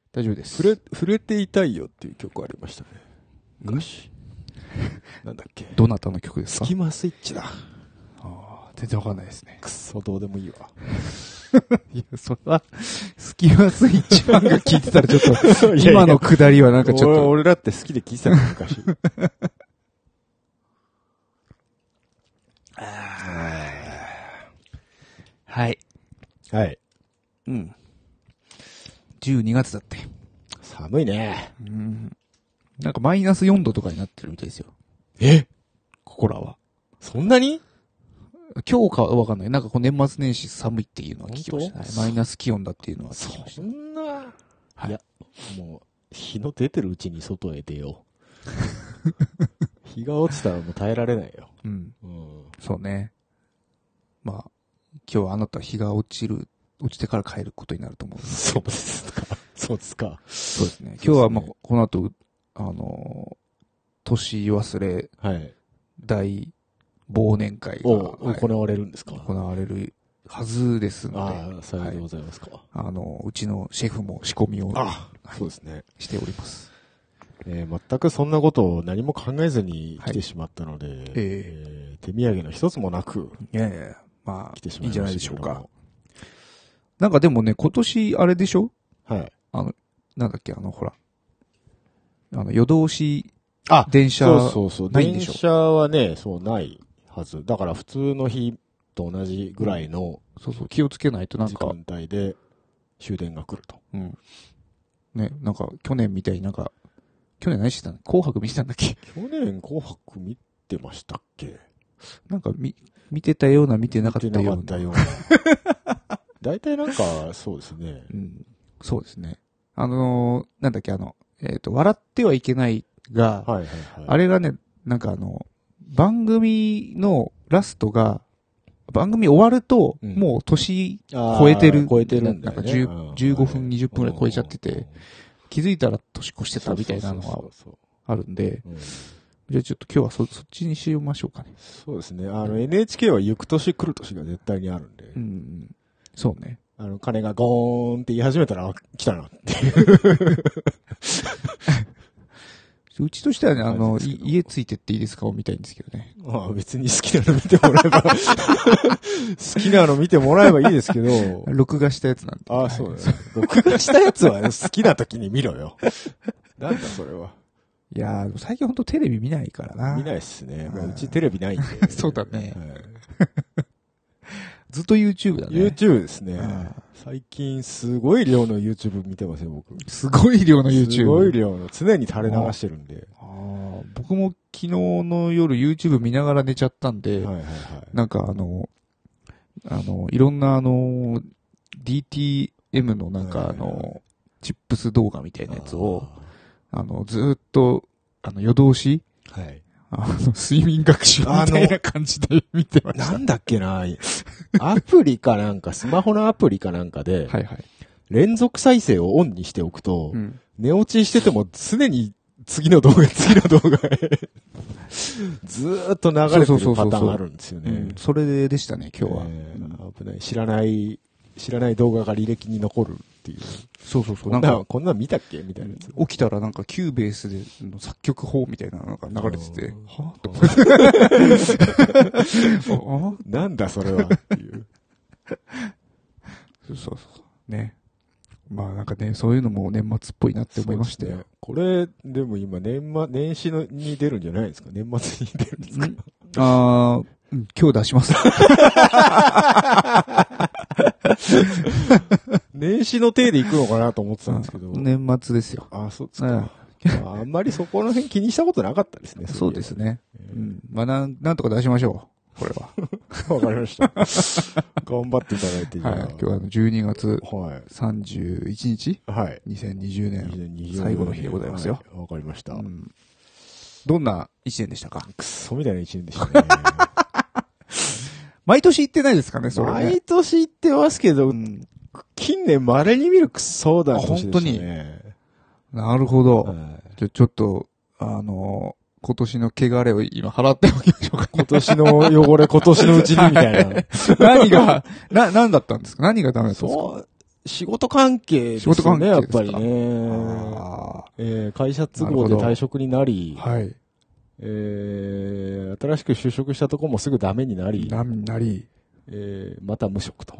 大丈夫です。 触れていたいよっていう曲ありましたね。昔。なんだっけ。 どなたの曲ですか？ スキマスイッチだ。 全然わかんないですね。 くっそどうでもいいわ。 いや、それは、スキマスイッチファンが聞いてたらちょっと、今のくだりはなんかちょっと。 俺だって好きで聞いてたから昔。 はい。 はい。 うん。12月だって。 寒いね。 なんかマイナス4度とかになってるみたいですよ。ここらは。 そんなに？ 今日かわかんない。なんかこの年末年始寒いっていうのは聞きましたね。マイナス気温だっていうのは聞きました。 そんな、 はい。 いや、もう、日の出てるうちに外へ出よう。日が落ちたらもう耐えられないよ。 うん。そうね。まあ、今日はあなた日が落ちてから帰ることになると思う。 そうですか。そうですか。 そうですね。今日はまあ、この後、年忘れ、 はい。 大忘年会が、 行われるんですか？ 行われるはずですので。 ああ、さようでございますか。 うちのシェフも仕込みを、 そうですね。 しております。 全くそんなことを何も考えずに来てしまったので、手土産の一つもなく、 まあ、 来てしまいました。 いいんじゃないでしょうか。なんかでもね、今年あれでしょ？ はい。 なんだっけ、ほら。夜通し、電車、 そう。 ないんでしょ？ 電車はね、そうないはず。だから普通の日と同じぐらいの、 気をつけないとなんか。 時間帯で終電が来ると。 ね、なんか、去年みたいになんか、去年何してたの？紅白見てたんだっけ？ 去年紅白見てましたっけ？ なんか見てたような、見てなかったような。 見てなかったような。大体なんか、そうですね。 そうですね。なんだっけ、笑ってはいけないが、あれがね、なんか番組のラストが、番組終わると、もう年超えてる。 超えてるんだよね。 なんか15分、20分くらい超えちゃってて、気づいたら年越してたみたいなのがあるんで、じゃあちょっと今日はそっちにしましょうかね。 そうですね。NHK は行く年来る年が絶対にあるんで。 そうね。 鐘がゴーンって言い始めたら、来たなっていう。 うちとしてはね、家ついてっていいですかを見たいんですけどね。 別に好きなの見てもらえば、好きなの見てもらえばいいですけど。 録画したやつなんで。 そうだね。録画したやつは好きな時に見ろよ。なんだそれは。 いやー、最近ほんとテレビ見ないからな。 見ないっすね。うちテレビないんで。 そうだね。ずっと YouTube だね。 YouTube ですね。最近すごい量の YouTube 見てますよ、僕。 すごい量の YouTube。 すごい量の、常に垂れ流してるんで。 僕も昨日の夜 YouTube 見ながら寝ちゃったんで、なんかいろんなDTM のなんかチップス動画みたいなやつを、ずーっと、夜通し睡眠学習みたいな感じで見てました。 なんだっけなアプリかなんか、スマホのアプリかなんかで、連続再生をオンにしておくと、寝落ちしてても常に次の動画ずーっと流れてるパターンあるんですよね。 それでしたね、今日は。 危ない。知らない動画が履歴に残るっていう。なんかこんな見たっけみたいなやつ。 起きたらなんかキューベースで作曲法みたいなのが流れてて、はぁと思って。 なんだそれはっていう。 そう。ね。まあなんかね、そういうのも年末っぽいなって思いましたよ。 これ、でも今年始に出るんじゃないですか？年末に出るんですか？ 今日出します。 年始の体で行くのかなと思ってたんですけど。 年末ですよ。 そうですか。あんまりそこの辺気にしたことなかったですね。 そうですね。まあなんとか出しましょう。これは。 わかりました。頑張っていただいて。 今日は12月31日、2020年最後の日でございますよ。 わかりました。 どんな一年でしたか？ クソみたいな一年でしたね。 毎年行ってないですかね、それね。 毎年行ってますけど、近年稀に見るクソだ年でしたね。 本当に。なるほど。ちょっと、今年の汚れを今払っておきましょうか。 今年の汚れ、今年のうちにみたいな。 何だったんですか？何がダメだったんですか？ 仕事関係ですよね、 仕事関係やっですかぱりね。会社都合で退職になり、 はい。 新しく就職したとこもすぐダメになり、また無職と。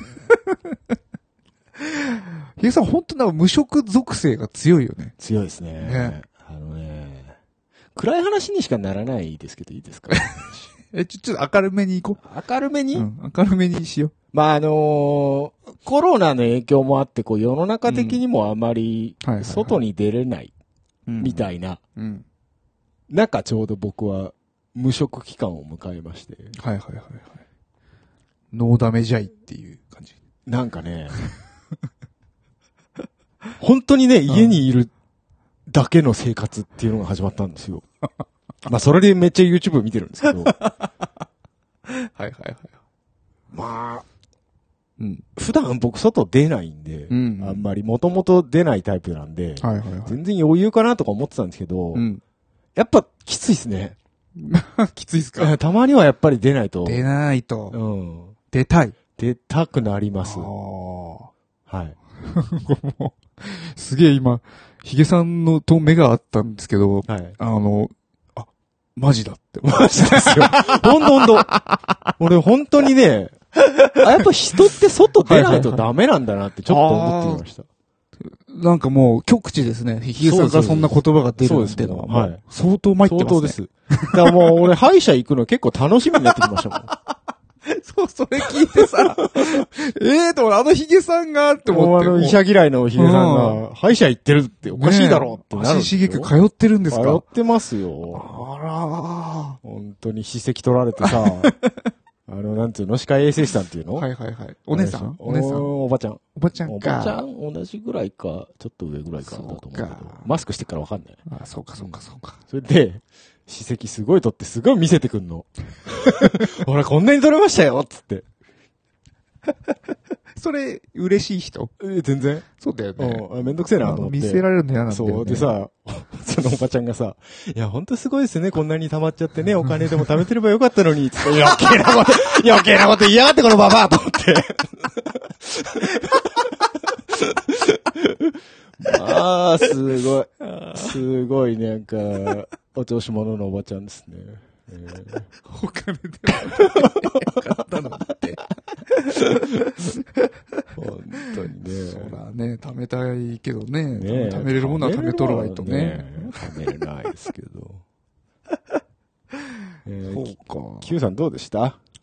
ヒゲさん本当なんか無職属性が強いよね。 強いですね。暗い話にしかならないですけどいいですかちょっと明るめに行こう。明るめに、 明るめにしよう。 まあ、コロナの影響もあって、こう世の中的にもあまり外に出れないみたいな。中ちょうど僕は無職期間を迎えまして。 はい。ノーダメじゃいっていう感じ。 なんかね、本当にね、家にいるだけの生活っていうのが始まったんですよ。まあ、それでめっちゃ YouTube 見てるんですけど。 はい。 まあ、普段僕外出ないんで、あんまりもともと出ないタイプなんで、全然余裕かなとか思ってたんですけど、やっぱきついですね。 きついっすか？ たまにはやっぱり出ないと。 出ないと。出たい。 出たくなります。 はい。 もうすげえ今、ヒゲさんのと目があったんですけど、マジだって。 マジですよ。ほんと。俺本当にね、やっぱ人って外出ないとダメなんだなってちょっと思っていました。 なんかもう極致ですね。ヒゲさんからそんな言葉が出るっていうのは。相当参ってますね。 相当です。だからもう俺歯医者行くの結構楽しみになってきましたもん。 そう、それ聞いてさ、と、ヒゲさんがって思って。 医者嫌いのヒゲさんが、歯医者行ってるっておかしいだろうってなる。 足しげく通ってるんですか？ 通ってますよ。 あら本当に歯石取られてさ、なんていうの？歯科衛生士さんっていうの？ はい。お姉さんおばちゃん。 おばちゃんか。 おばちゃん同じぐらいか、ちょっと上ぐらいかだと思うけど。マスクしてからわかんない。 そうか。それで、歯石すごい取ってすごい見せてくんの。ほら、こんなに取れましたよつって。 それ、嬉しい人？ 全然。 そうだよね。 めんどくせえなと思って。 見せられるの嫌なんだよね。 そう。でさ、そのおばちゃんがさ、いや、ほんとすごいですね。こんなに溜まっちゃってね、お金でも貯めてればよかったのに、つって余計なこと言いやがってこのババアと思って。すごいなんか、お調子者のおばちゃんですね。 お金でもよかったのって。 本当にね。 そうだね、貯めたいけどね。貯めれるものは貯めとるわいとね。 貯めれないですけど。 そうか。 Q さんどうでした？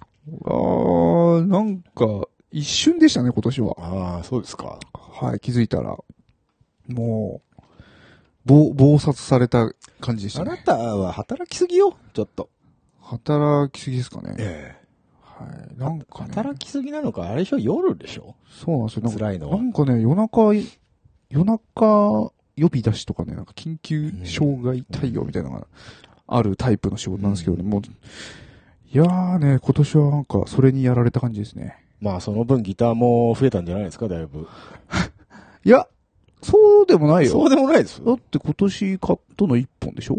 なんか、一瞬でしたね、今年は。 ああ、そうですか。 はい、気づいたら。もう、暴殺された感じでしたね。 あなたは働きすぎよ、ちょっと。 働きすぎですかね。 はい。なんか、ね、働きすぎなのか、あれでしょ、夜でしょ？ そうなんですよ。 辛いのは。 なんかね、夜中呼び出しとかね、なんか緊急障害対応みたいなのがあるタイプの仕事なんですけどね、もう、いやーね、今年はなんかそれにやられた感じですね。 まあその分ギターも増えたんじゃないですか、だいぶ。 いや、そうでもないよ。 そうでもないですよ。 だって今年買ったの1本でしょ？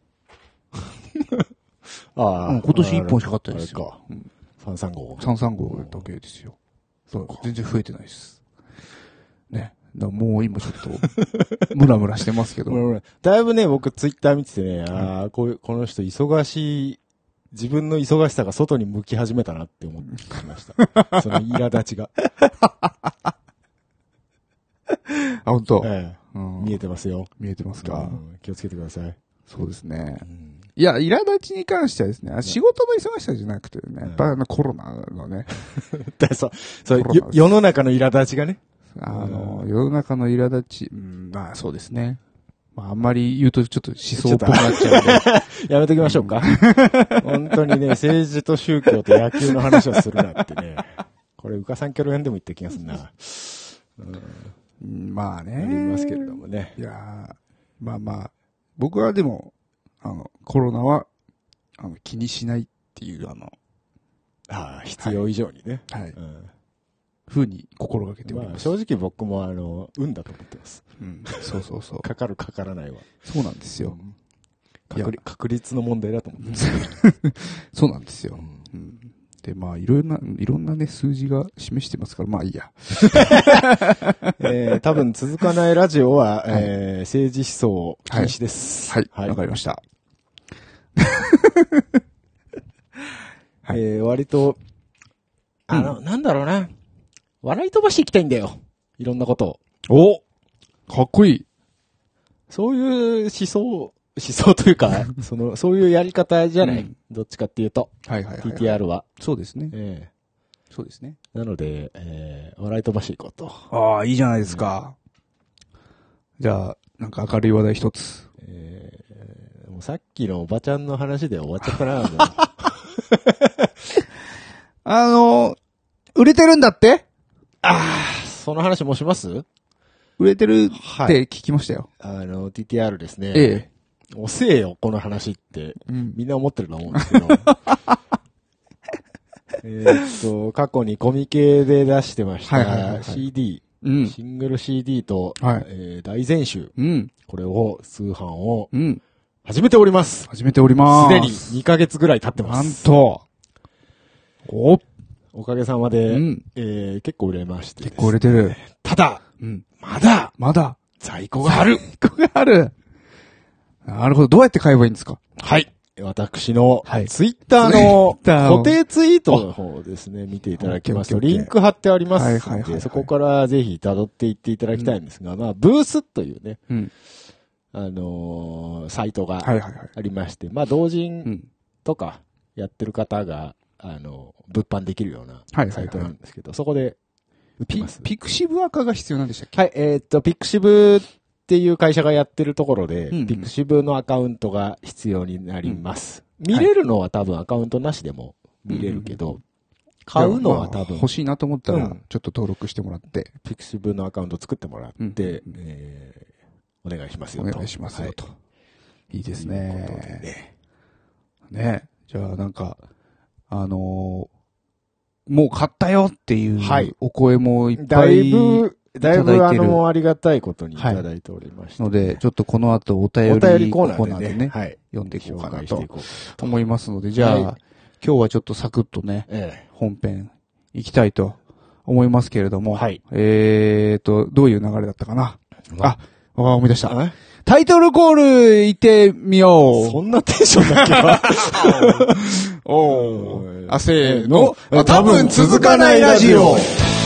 今年1本しか買ってないですよ。 335。 335だけですよ。全然増えてないです。ね。もう今ちょっと、ムラムラしてますけど。 だいぶね、僕ツイッター見ててね、この人忙しい、自分の忙しさが外に向き始めたなって思ってきました。その苛立ちが。 本当。 見えてますよ。 見えてますか。 気をつけてください。 そうですね。いや、苛立ちに関してはですね、仕事の忙しさじゃなくてね、やっぱコロナのね。世の中の苛立ちがね。世の中の苛立ち、まあそうですね。まああんまり言うとちょっと思想っぽくなっちゃうんで。やめときましょうか。本当にね、政治と宗教と野球の話をするなってね。これ、うかさんキョロ編でも言った気がするな。 まあね。 ありますけれどもね。 いやまあ、僕はでも、コロナは、気にしないっていう、 必要以上にね。 はい。風に心がけております。 正直僕も運だと思ってます。 そう。 かかるかからないは。 そうなんですよ。 確率の問題だと思ってます。 そうなんですよ。 で、まあ、いろんなね、数字が示してますから、まあいいや。 多分続かないラジオは、政治思想禁止です。 はい。はい。わかりました。 はい、割と、なんだろうな。笑い飛ばしていきたいんだよ。いろんなことを。かっこいい。 そういう思想というか、そういうやり方じゃない、どっちかっていうと。 はいはいはい。 TTR は。 そうですね。そうですね。 なので、笑い飛ばしていこうと。 ああ、いいじゃないですか。じゃあ、なんか明るい話題一つ。 もうさっきのおばちゃんの話で終わっちゃったな。 売れてるんだって？ その話もします？ 売れてるって聞きましたよ。 TTR ですね。 ええ。 遅えよ、この話って。みんな思ってると思うんですけど。過去にコミケで出してました CD、シングル CD と、大全集、これを、通販を、始めております。 始めております。 すでに2ヶ月ぐらい経ってます。 なんと。 おかげさまで、結構売れまして、 結構売れてる。 ただ、まだ、在庫がある。 在庫がある。なるほど。どうやって買えばいいんですか？ はい。私の、ツイッターの固定ツイートの方ですね、見ていただきますと、リンク貼ってありますので、そこからぜひ辿っていっていただきたいんですが、まあ、ブースというね、サイトがありまして、まあ、同人とかやってる方が、物販できるようなサイトなんですけど、そこで売ってます。 ピクシブアカが必要なんでしたっけ？ はい、ピクシブっていう会社がやってるところで、ピクシブのアカウントが必要になります。見れるのは多分アカウントなしでも見れるけど、買うのは多分。 欲しいなと思ったら、ちょっと登録してもらって。 ピクシブのアカウント作ってもらって、お願いしますよと。 お願いしますよと。いいですね。ね。じゃあなんか、もう買ったよっていうお声もいっぱい。 だいぶありがたいことにいただいておりまして、 ので、ちょっとこの後お便りコーナーでね、読んでいこうかなと思いますので、じゃあ、今日はちょっとサクッとね、本編行きたいと思いますけれども、どういう流れだったかな。思い出した。タイトルコール行ってみよう。 そんなテンションだっけせーの。多分続かないラジオ。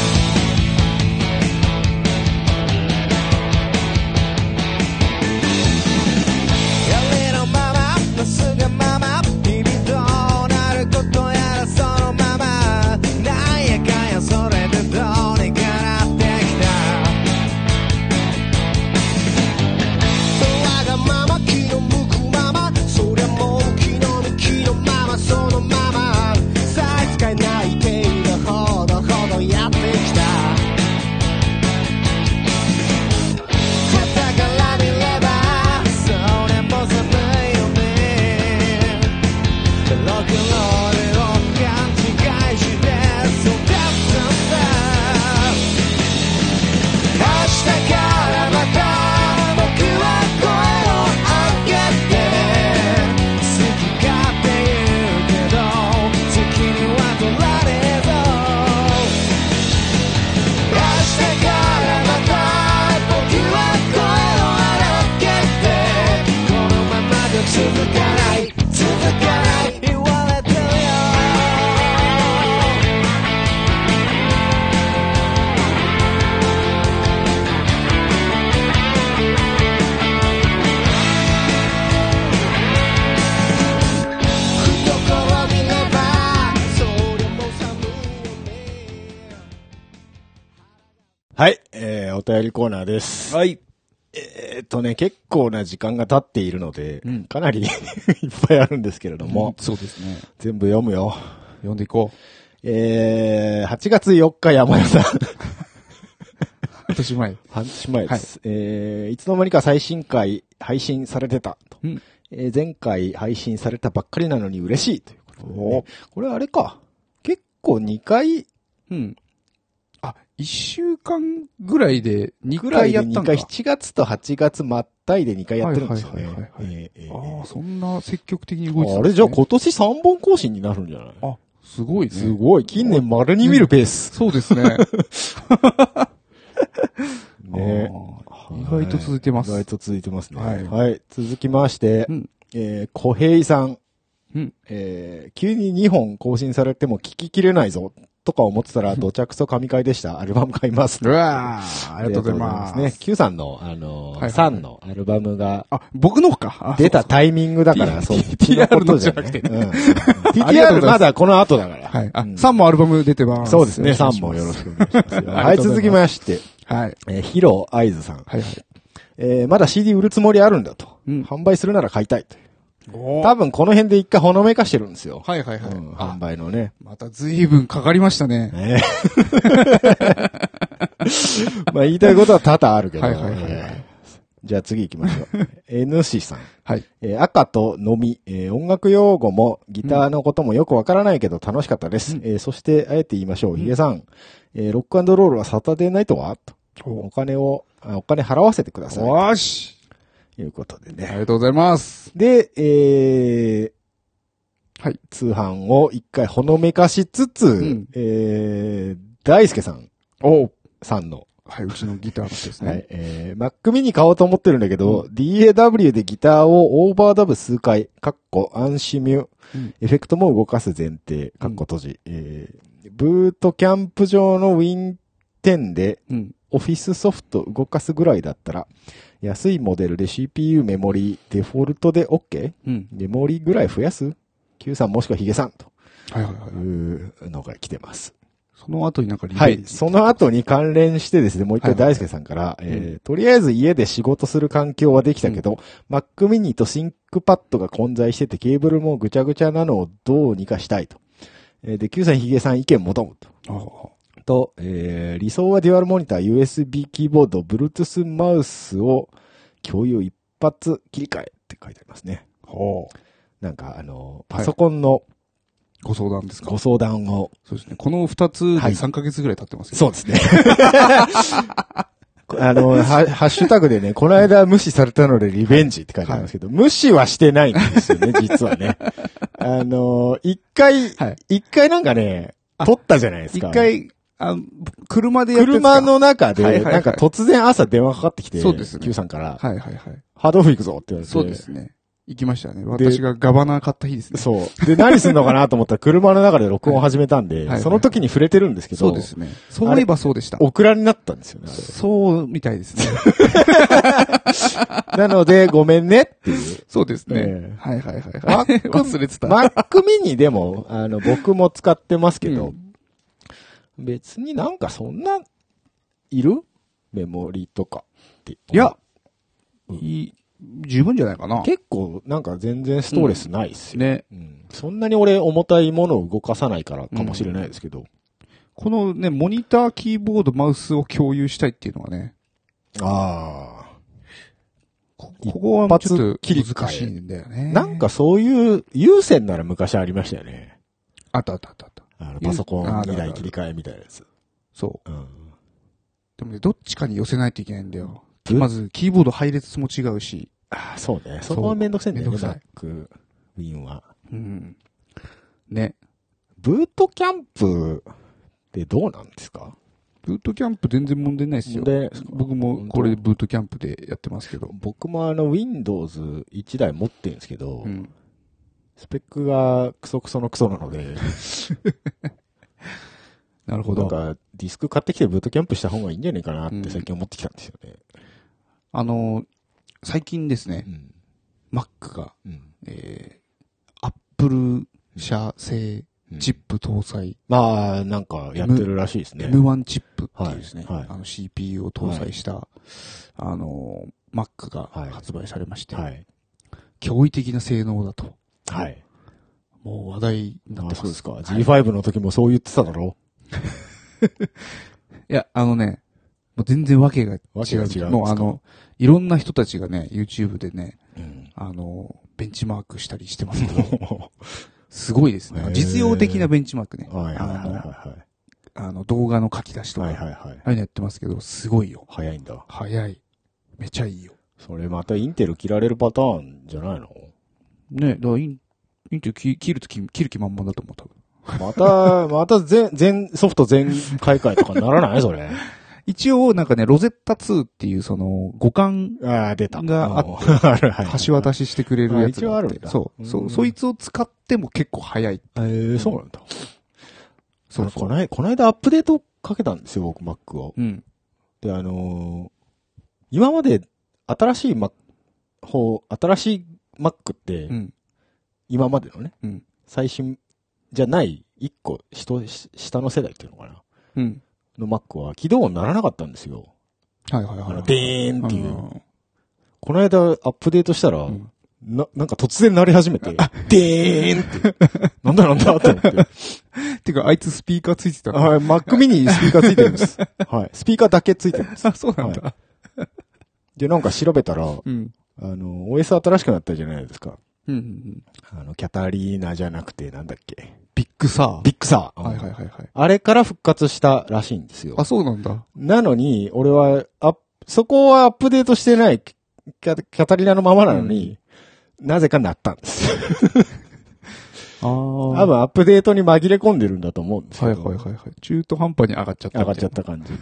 はい、お便りコーナーです。 はい。 結構な時間が経っているので、かなりいっぱいあるんですけれども、 そうですね。 全部読むよ。 読んでいこう。8月4日山田さん。 半年前です。いつの間にか最新回配信されてたと。前回配信されたばっかりなのに嬉しいということで、ね。これあれか。結構2回。 1週間ぐらいで2回やったんか。 7月と8月まったいで2回やってるんですよね。 そんな積極的に動いてたんですね。 あれじゃあ今年3本更新になるんじゃない？ すごいね。 すごい。近年丸に見るペース。 そうですね。 ね。 意外と続いてます。 意外と続いてますね。 はい。 はい。続きまして、小平さん。急に2本更新されても聞ききれないぞ。とか思ってたら、土着と神回でした。アルバム買います。 うわー、ありがとうございます。 ね。Q さんの、3のアルバムが、 僕のか。 出たタイミングだから、 そう、TR のじゃなくてね。 TR まだこの後だから。 はい。3もアルバム出てます。 そうですね、3もよろしくお願いします。はい、続きまして、 はい。 ヒロアイズさん。はいはい。まだ CD 売るつもりあるんだと。販売するなら買いたいと。多分この辺で一回ほのめかしてるんですよ。 はいはいはい。 販売のね。 また随分かかりましたね。 まあ言いたいことは多々あるけど。 はいはいはい。 じゃあ次行きましょう。N 氏さん。 はい。 赤とのみ、音楽用語もギターのこともよくわからないけど楽しかったです。そしてあえて言いましょう。ヒゲさん、ロック&ロールはサタデーナイトはと。お金払わせてください。 よーし。 いうことでね。 ありがとうございます。 で、 はい。 通販を一回ほのめかしつつ、大輔さん。さんの。 はい、うちのギターのですね。 はい、Mac mini 買おうと思ってるんだけど、DAW でギターをオーバーダブ数回、アンシミュ、エフェクトも動かす前提、閉じ、ブートキャンプ上の Win10 で、オフィスソフト動かすぐらいだったら、安いモデルで CPU メモリデフォルトで OK？メモリぐらい増やす？ Q さんもしくはヒゲさんと。 はいはいはい。 いうのが来てます。 その後になんかリベンジ。 はい。その後に関連してですね、もう一回大輔さんから、とりあえず家で仕事する環境はできたけど、Mac mini とシンクパッドが混在しててケーブルもぐちゃぐちゃなのをどうにかしたいと。で、Q さんヒゲさん意見求むと。理想はデュアルモニター、USB キーボード、Bluetooth マウスを共有一発切り替えって書いてありますね。なんかパソコンの、 ご相談ですか？ ご相談を。 そうですね。この2つで3ヶ月ぐらい経ってますけど、 そうですね。ハッシュタグでね、この間無視されたのでリベンジって書いてありますけど、無視はしてないんですよね、実はね。一回なんかね、撮ったじゃないですか。 一回、車でやって車の中で、なんか突然朝電話かかってきて、 そうですね。 Q さんから、 はいはいはい。 ハードオフ行くぞって言われて。 そうですね。行きましたね。私がガバナー買った日ですね。 そう。で、何すんのかなと思ったら車の中で録音を始めたんで、その時に触れてるんですけど。 そうですね。そういえばそうでした。 オクラになったんですよね。 そうみたいですね。 なので、ごめんねっていう。 そうですね。はいはいはい。忘れてた。 Mac mini でも、僕も使ってますけど、別になんかそんな、いる？メモリとかって。 いや、十分じゃないかな。 結構なんか全然ストレスないっすよ。 ね。 そんなに俺重たいものを動かさないからかもしれないですけど。 このね、モニター、キーボード、マウスを共有したいっていうのはね。ここはちょっと難しいんだよね。 なんかそういう有線なら昔ありましたよね。 あった。 パソコン2台切り替えみたいなやつ。 そう。でもね、どっちかに寄せないといけないんだよ。まず、キーボード配列も違うし。 そうね。そこはめんどくさいんだよね。Mac Win は。 ね。 ブートキャンプってどうなんですか？ ブートキャンプ全然問題ないですよ。僕もこれブートキャンプでやってますけど。 僕もWindows 1台持ってるんですけど、スペックがクソクソのクソなので。 なるほど。 なんかディスク買ってきてブートキャンプした方がいいんじゃないかなって最近思ってきたんですよね。 最近ですね、Mac が、Apple 社製チップ搭載。 なんかやってるらしいですね。 M1 チップっていうですね、CPU を搭載した、Mac が発売されまして、驚異的な性能だと。もう話題になってます。 そうですか。G5 の時もそう言ってただろいや、もう全然わけが違う。もういろんな人たちがね、YouTube でね、ベンチマークしたりしてますけど、すごいですね。実用的なベンチマークね。動画の書き出しとか、ああいうのやってますけど、すごいよ。 早いんだ。 早い。めちゃいいよ。 それまたインテル切られるパターンじゃないの？ ね、だからインテル切る気満々だと思う、多分。 またソフト全買い替えとかならないそれ。 一応、なんかね、ロゼッタ2っていうその、互換があって、橋渡ししてくれるやつがあって。一応あるんだ。そう。そいつを使っても結構早い。 そうなんだ。そう。この間アップデートかけたんですよ、僕 Mac を。うん。で、今まで新しい Mac って、うん、今までのね、うん、最新じゃない一個下の世代っていうのかな、うん、の Mac は起動音ならなかったんですよ。 はいはいはい。 デーンっていう。この間アップデートしたら、うん、なんか突然鳴り始めて、デーンって。なんだって思って。 てか、あいつスピーカーついてたはい、Mac mini にスピーカーついてるんです。はい。スピーカーだけついてるんです。 あ、そうなんだ。はい、 で、なんか調べたら、うん、OS 新しくなったじゃないですか。うんうんうん、キャタリーナじゃなくて、なんだっけ。 ビッグサー。 はいはいはいはい。 あれから復活したらしいんですよ。 あ、そうなんだ。 なのに、俺は、そこはアップデートしてないキャタリーナのままなのに、うん、なぜかなったんですよ。多分アップデートに紛れ込んでるんだと思うんですよ。 はいはいはいはい。中途半端に上がっちゃった。 上がっちゃった感じ。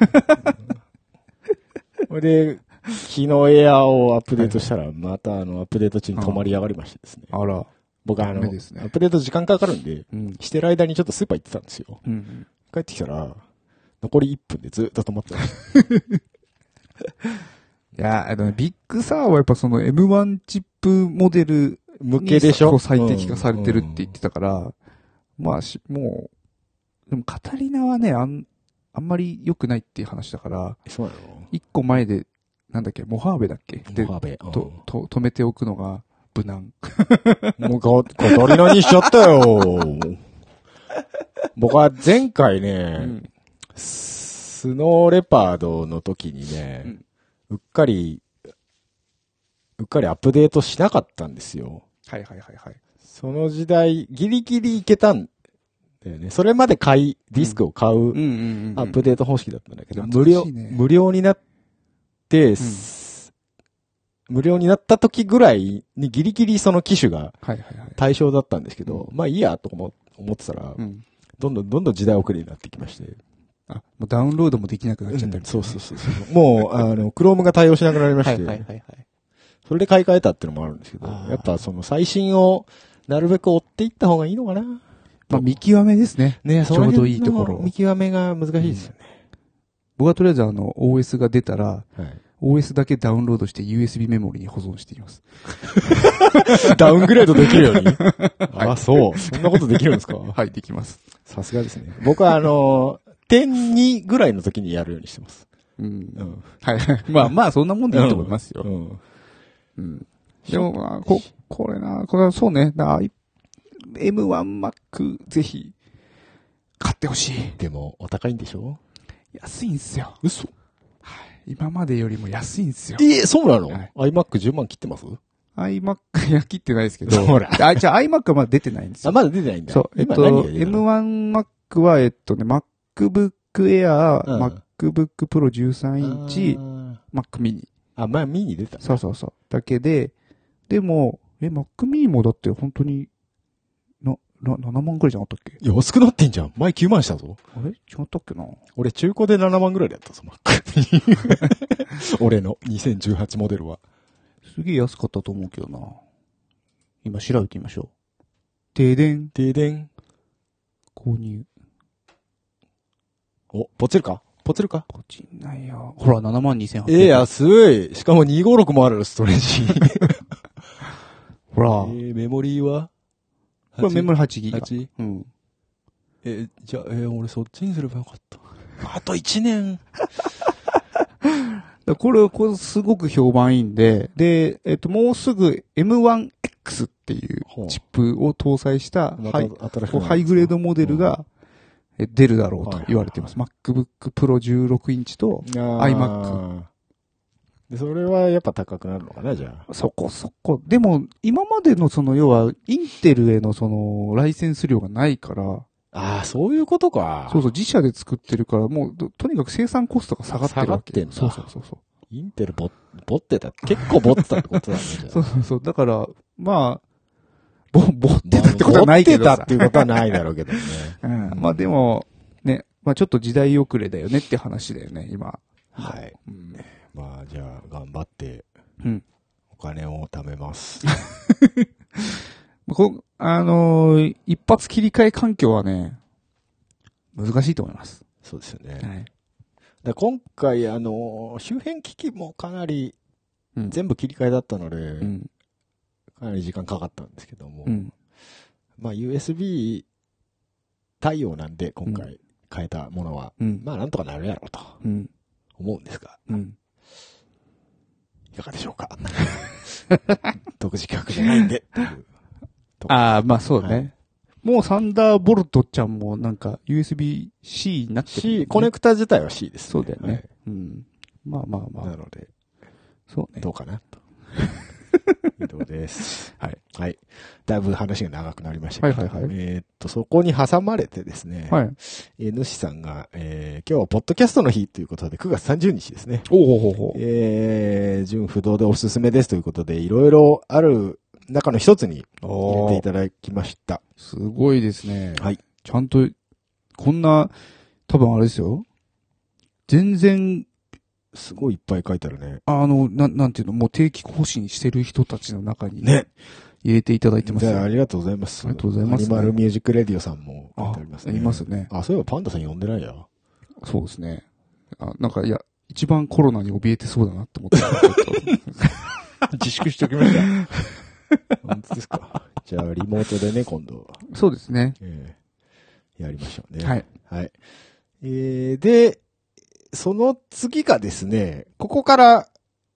それで、昨日エアーをアップデートしたら、またアップデート中に止まり上がりましてですね。 あら。 僕アップデート時間かかるんで、うん、してる間にちょっとスーパー行ってたんですよ。うん、帰ってきたら、残り1分でずっと止まってました。いや、ビッグサーはやっぱその M1 チップモデル向けでしょ？ 最適化されてるって言ってたから、まあもう、でもカタリナはね、あんまり良くないっていう話だから、 そうなの？ 一個前で、なんだっけ、モハーベだっけで、 モハーベ。 止めておくのが無難。 もうカタリナにしちゃったよ。僕は前回ね、うん、スノーレパードの時にね、うん、うっかりアップデートしなかったんですよ。 はいはいはいはい。 その時代、ギリギリいけたんだよね。それまでディスクを買うアップデート方式だったんだけど、無料になって、無料になった時ぐらいにギリギリその機種が対象だったんですけど、まあいいやと思ってたら、どんどん時代遅れになってきまして。 もうダウンロードもできなくなっちゃった、ね、 そう。もう、Chrome が対応しなくなりまして。それで買い替えたっていうのもあるんですけど、やっぱその最新をなるべく追っていった方がいいのかな。 まあ見極めですね。 ね、 ちょうどいいところ。 見極めが難しいですよね。 僕はとりあえずOS が出たら、OS だけダウンロードして USB メモリに保存しています。 ダウングレードできるようにあ、そう。そんなことできるんですか？ はい、できます。 さすがですね。僕は10.2ぐらいの時にやるようにしてます。 はい。まあ、そんなもんでいいと思いますよ。でも、これはそうね。M1Mac ぜひ、買ってほしい。 でも、お高いんでしょ？ 安いんすよ。 嘘？ はい。今までよりも安いんすよ。 そうなの？ iMac 10万切ってます？ iMac 切ってないですけど。 ほら。 じゃあ iMac はまだ出てないんですよ。 まだ出てないんだ。 そう。M1Mac は、MacBook Air、MacBook Pro 13インチ、Mac mini。 ミニ出た。 そう。だけで、でも、Mac mini もだって本当に、7万ぐらいじゃなかったっけ？ いや、安くなってんじゃん。前9万したぞ。 あれ違ったっけな？ 俺中古で7万ぐらいでやったぞ、Mac。俺の2018モデルは。 すげえ安かったと思うけどな。今調べてみましょう。停電。購入。 ポチるかポチんないよ。ほら、72,800円。 安い。しかも256もある、ストレージ。 ほら。 メモリーはこれメモリ8ギガ。 8？ うん。じゃあ、俺そっちにすればよかった。あと1年。 これすごく評判いいんで、もうすぐ M1X っていうチップを搭載したハイグレードモデルが出るだろうと言われています。MacBook Pro 16インチと iMac。 で、それはやっぱ高くなるのかな、じゃあ。 そこ。でも、今までの要は、インテルへのライセンス料がないから。 ああ、そういうことか。 そう、自社で作ってるから、もう、とにかく生産コストが下がってるわけ。 下がってんだ。 そう。 インテルボってた。結構ボってたってことだね、じゃあ。 そう。だから、まあ、 持ってたってことはないけどさ。 持ってたっていうことはないだろうけどね。 うん。まあでも、ね、まあちょっと時代遅れだよねって話だよね、今。 はい。うん、まあじゃあ、頑張って、お金を貯めます。 一発切り替え環境はね、難しいと思います。 そうですよね。はい。今回、周辺機器もかなり、全部切り替えだったので、かなり時間かかったんですけども、まあ USB 対応なんで、今回変えたものは、まあなんとかなるやろうと、思うんですが、いかがでしょうか。独自企画じゃないんで、という。 ああ、まあそうね。はい、もうサンダーボルトちゃんもなんか USB-C になってる、ね。 C、コネクタ自体は C です、ね。 そうだよね。 はい、 うん。まあまあまあ。 なので、 そうね。 どうかなと。以上です。 はい。 はい。だいぶ話が長くなりましたけど。 はいはいはい。 そこに挟まれてですね。 はい。 主さんが、今日はポッドキャストの日ということで、9月30日ですね。 お純不動でおすすめですということで、いろいろある中の一つに入れていただきました。 すごいですね。 はい。 ちゃんと、こんな、多分あれですよ。全然、 すごいいっぱい書いてあるね。 なんていうの、もう定期更新してる人たちの中にね、入れていただいてますよ。 ありがとうございます。 ありがとうございます、 アニマルミュージックレディオさんも書いてありますね。 いますね。 あ、そういえばパンダさん呼んでないや。 そうですね。なんか、いや、一番コロナに怯えてそうだなって思って自粛しておきました。本当ですか。じゃあ、リモートでね、今度。 そうですね。 やりましょうね。 はい。 はい。で、その次がですね、ここから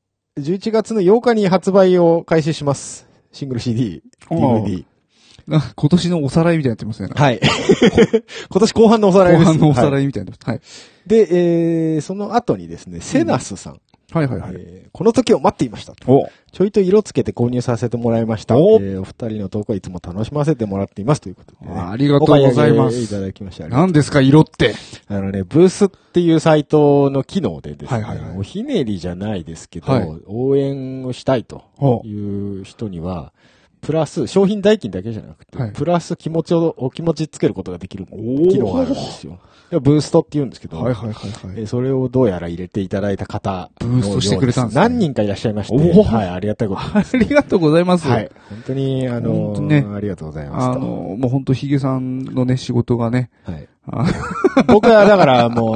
11月の8日に発売を開始します。シングル CD、DVD。 今年のおさらいみたいになってますね。 はい。今年後半のおさらいです。 後半のおさらいみたいな。はい。 で、その後にですね、セナスさん。 はいはいはい。 この時を待っていましたと。ちょいと色つけて購入させてもらいました。お二人のトークはいつも楽しませてもらっていますということで、ね。 ありがとうございます。 いただきました。 何ですか、色って。 ブースっていうサイトの機能でですね、おひねりじゃないですけど、応援をしたいという人には、プラス、商品代金だけじゃなくて、プラスお気持ちつけることができる機能があるんですよ。ブーストって言うんですけど、それをどうやら入れていただいた方ブーストしてくれたんですね。 何人かいらっしゃいまして、はい、ありがたいことです、 ね。ありがとうございます。 はい、本当に、ありがとうございます。 もう本当ヒゲさんのね、仕事がね。 はい。僕はだからもう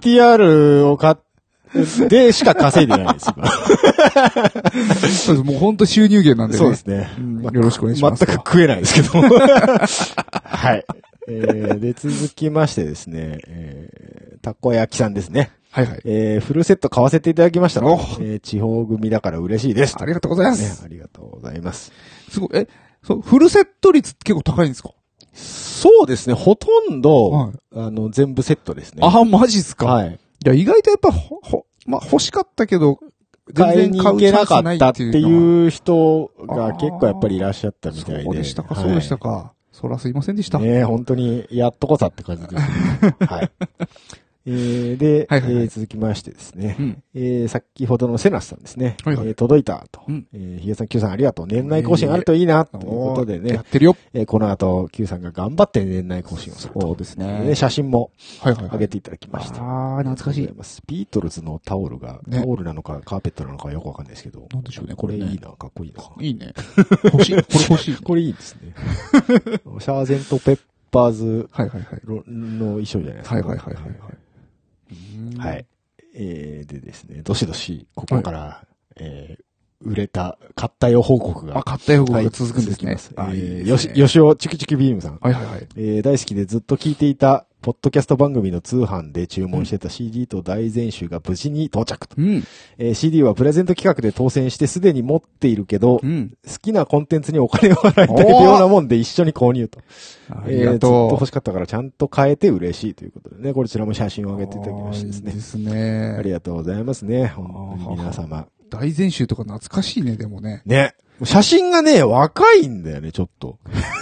TTR を買って、でしか稼いでないです、今。 そうです。もう本当収入源なんでね。 そうですね。 よろしくお願いします。 全く食えないですけど。はい。で、続きましてですね、たこ焼きさんですね。 はいはい。 フルセット買わせていただきました。地方組だから嬉しいです。 ありがとうございます。 ありがとうございます。 すごい、フルセット率結構高いんですか？ そうですね。ほとんど、全部セットですね。 あ、マジっすか？ はい。 いや、意外とやっぱ、欲しかったけど、 全然買うチャンスないっていう人が結構やっぱりいらっしゃったみたいで。 そうでしたか、そうでしたか。そらすいませんでした。 ね、本当に、やっとこさって感じですね。はい。で、続きましてですね、先ほどのセナスさんですね、届いたと、ヒゲさん、Q さんありがとう。年内更新あるといいな、ということでね、 やってるよ。 この後、Q さんが頑張って年内更新をすると。 そうですね。 写真も、上げていただきました。 ああ、懐かしい。 ビートルズのタオルが、タオルなのかカーペットなのかよくわかんないですけど。 なんでしょうね、 これいいな、かっこいいな。 いいね。欲しい。これ欲しい。 これいいですね。シャーゼントペッパーズの衣装じゃないですか。はい。でですね、どしどし、ここから、売れた、買ったよ報告が。 買ったよ報告が続くんですね。 よしお、チキチキビームさん。 はいはいはい。 大好きでずっと聞いていた、ポッドキャスト番組の通販で注文してた CD と大全集が無事に到着と。CD はプレゼント企画で当選してすでに持っているけど、好きなコンテンツにお金を払いたいようなもんで一緒に購入と。ずっと欲しかったからちゃんと変えて嬉しいということでね、こちらも写真を上げていただきましてですね。 ですね。 ありがとうございますね。本当に皆様。 大全集とか懐かしいね、でもね。 ね。写真がね、若いんだよね、ちょっと。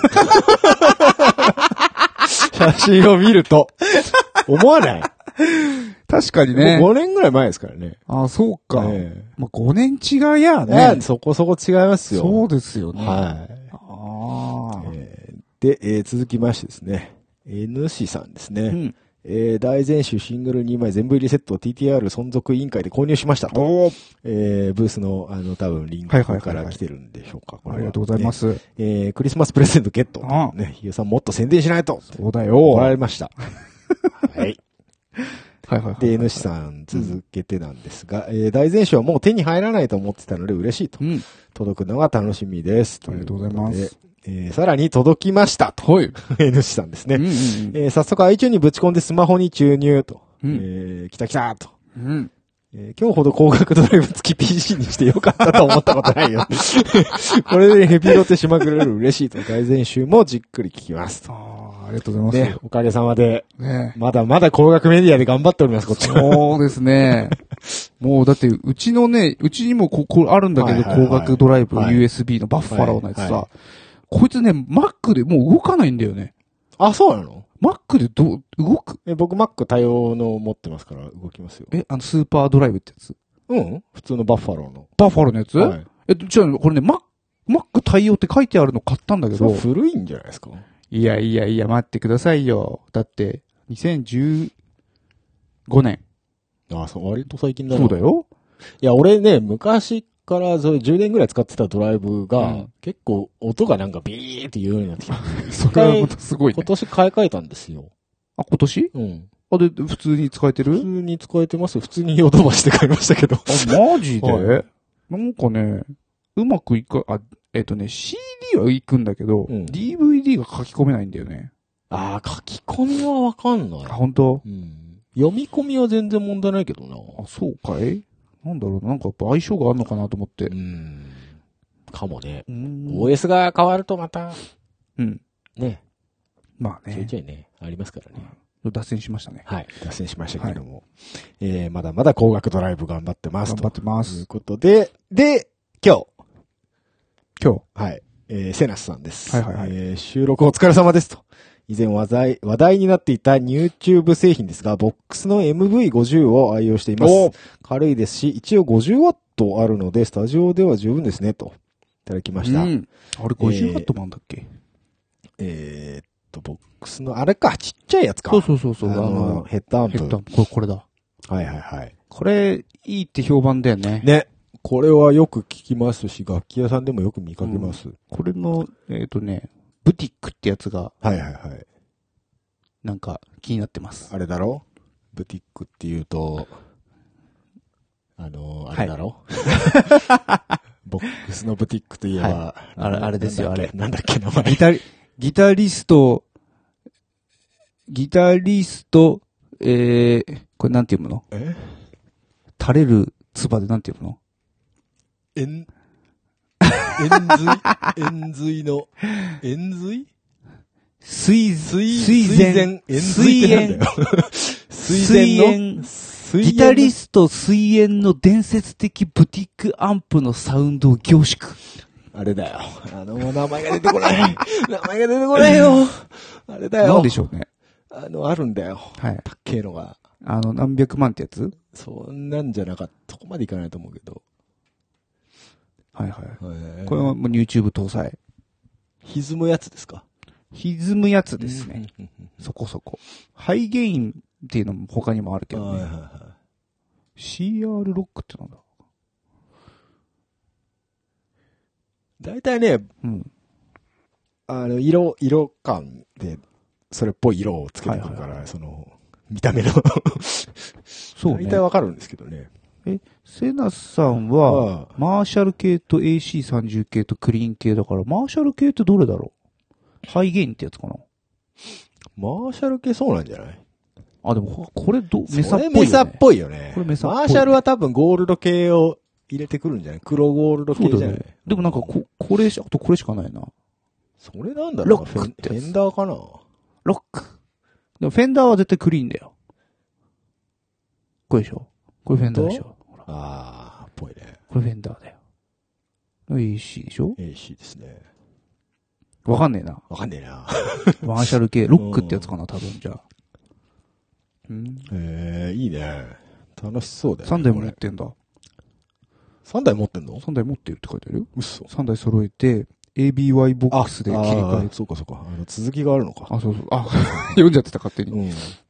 写真を見ると。思わない？ 確かにね。 もう5年ぐらい前ですからね。 あ、そうか。まあ、5年違いやね。 そこそこ違いますよ。 そうですよね。 はで、続きましてですね、N 氏さんですね。大全集シングル2枚全部入りセットを TTR 存続委員会で購入しましたと。ブースの、多分リンクから来てるんでしょうか。 ありがとうございます。 クリスマスプレゼントゲット。ね、ヒゲさんもっと宣伝しないと。 そうだよ。 怒られました。はい。 はいはいはい。 で、N 氏さん続けてなんですが、大全集はもう手に入らないと思ってたので嬉しいと。届くのが楽しみです。 ありがとうございます。 さらに届きましたと。はい。N 氏さんですね。早速 iTunes にぶち込んでスマホに注入と。来た来たと。今日ほど高額ドライブ付き PC にしてよかったと思ったことないよ。これでヘビロテしまくれる嬉しいと。大全集もじっくり聞きます。 ありがとうございます。 ね、おかげさまで。ね、まだまだ高額メディアで頑張っております、こっちは。 そうですね。もうだって、うちのね、うちにもこあるんだけど、高額ドライブ、USB のバッファローのやつさ。こいつね、Mac でもう動かないんだよね。 あ、そうなの？ Mac で動く？ 僕 Mac 対応の持ってますから動きますよ。 スーパードライブってやつ？ 普通のバッファローの。 バッファローのやつ？はい。じゃあ、これね、Mac 対応って書いてあるの買ったんだけど。 古いんじゃないですか？ いや、待ってくださいよ。だって、2015年。 あ、そう、割と最近だな。 そうだよ。 いや、俺ね、昔からそれ10年ぐらい使ってたドライブが、結構音がなんかビーって言うようになってきた。 それはまたすごいね。 今年買い替えたんですよ。 あ、今年？で、普通に使えてる？ 普通に使えてます。普通にヨドバシで買いましたけど。 マジで？なんかね、うまくいく、CD は行くんだけど、DVD が書き込めないんだよね。 ああ、書き込みはわかんない。 あ、本当？ 読み込みは全然問題ないけどな。 あ、そうかい？なんだろうな、なんかやっぱ相性があるのかなと思って。 かもね。OS が変わるとまた。ね。 まあね。 ちょいちょいね、ありますからね。 脱線しましたね。 はい。脱線しましたけども。まだまだ高額ドライブ頑張ってます。 頑張ってます。 ということで、今日。 はい。セナスさんです。収録お疲れ様ですと。以前話題になっていた YouTube 製品ですが、ボックスの MV50 を愛用しています。軽いですし、一応 50W あるので、スタジオでは十分ですね、と。いただきました。あれ 50W もあんだっけ？ ボックスの、あれか、ちっちゃいやつか。 そう。 ヘッドアンプ。 これだ。 はい。 これ、いいって評判だよね。 ね。これはよく聞きますし、楽器屋さんでもよく見かけます。 これの、ブティックってやつが。 はい。 なんか、気になってます。 あれだろ？ブティックって言うと、あれだろ？ボックスのブティックといえば、 あれですよ、あれ。 なんだっけ、名前。 ギタリスト、これなんて読むの？垂れる唾でなんて読むの？ 円髄の、円髄？水前ギタリスト水煙の伝説的ブティックアンプのサウンドを凝縮。 あれだよ。名前が出てこない。名前が出てこないよ。あれだよ。 なんでしょうね。 あるんだよ。 はい。 高えのが。 何百万ってやつ？ そんなんじゃなかった。そこまでいかないと思うけど。 はい。これはもう YouTube 搭載。 歪むやつですか？ 歪むやつですね。そこそこ。ハイゲインっていうのも他にもあるけどね。CR ロックってなんだ？ だいたいね、色感で、それっぽい色をつけてくるから、見た目の。そうね。大体わかるんですけどね。 セナさんは、マーシャル系と AC30 系とクリーン系だから、マーシャル系ってどれだろう？ハイゲインってやつかな？ マーシャル系そうなんじゃない？ あ、でも、これメサっぽいよね。 メサっぽいよね。 これメサっぽい。 マーシャルは多分ゴールド系を入れてくるんじゃない？黒ゴールド系じゃない？ ね、でもなんかこれしかないな。 それなんだろう？ ロックってフェンダーかな？ ロック。でもフェンダーは絶対クリーンだよ。これでしょ？これフェンダーでしょ？ あー、ぽいね。 これフェンダーだよ。AC でしょ？ AC ですね。 わかんねえな。 マーシャル系、ロックってやつかな、多分、じゃあ。 いいね。楽しそうだよね。3台も持ってんだ。 3台持ってんの？ 3台持ってるって書いてあるよ。 嘘。 3台揃えて、 ABY ボックスで切り替え。 そうか。続きがあるのか。 そう。読んじゃってた、勝手に。 い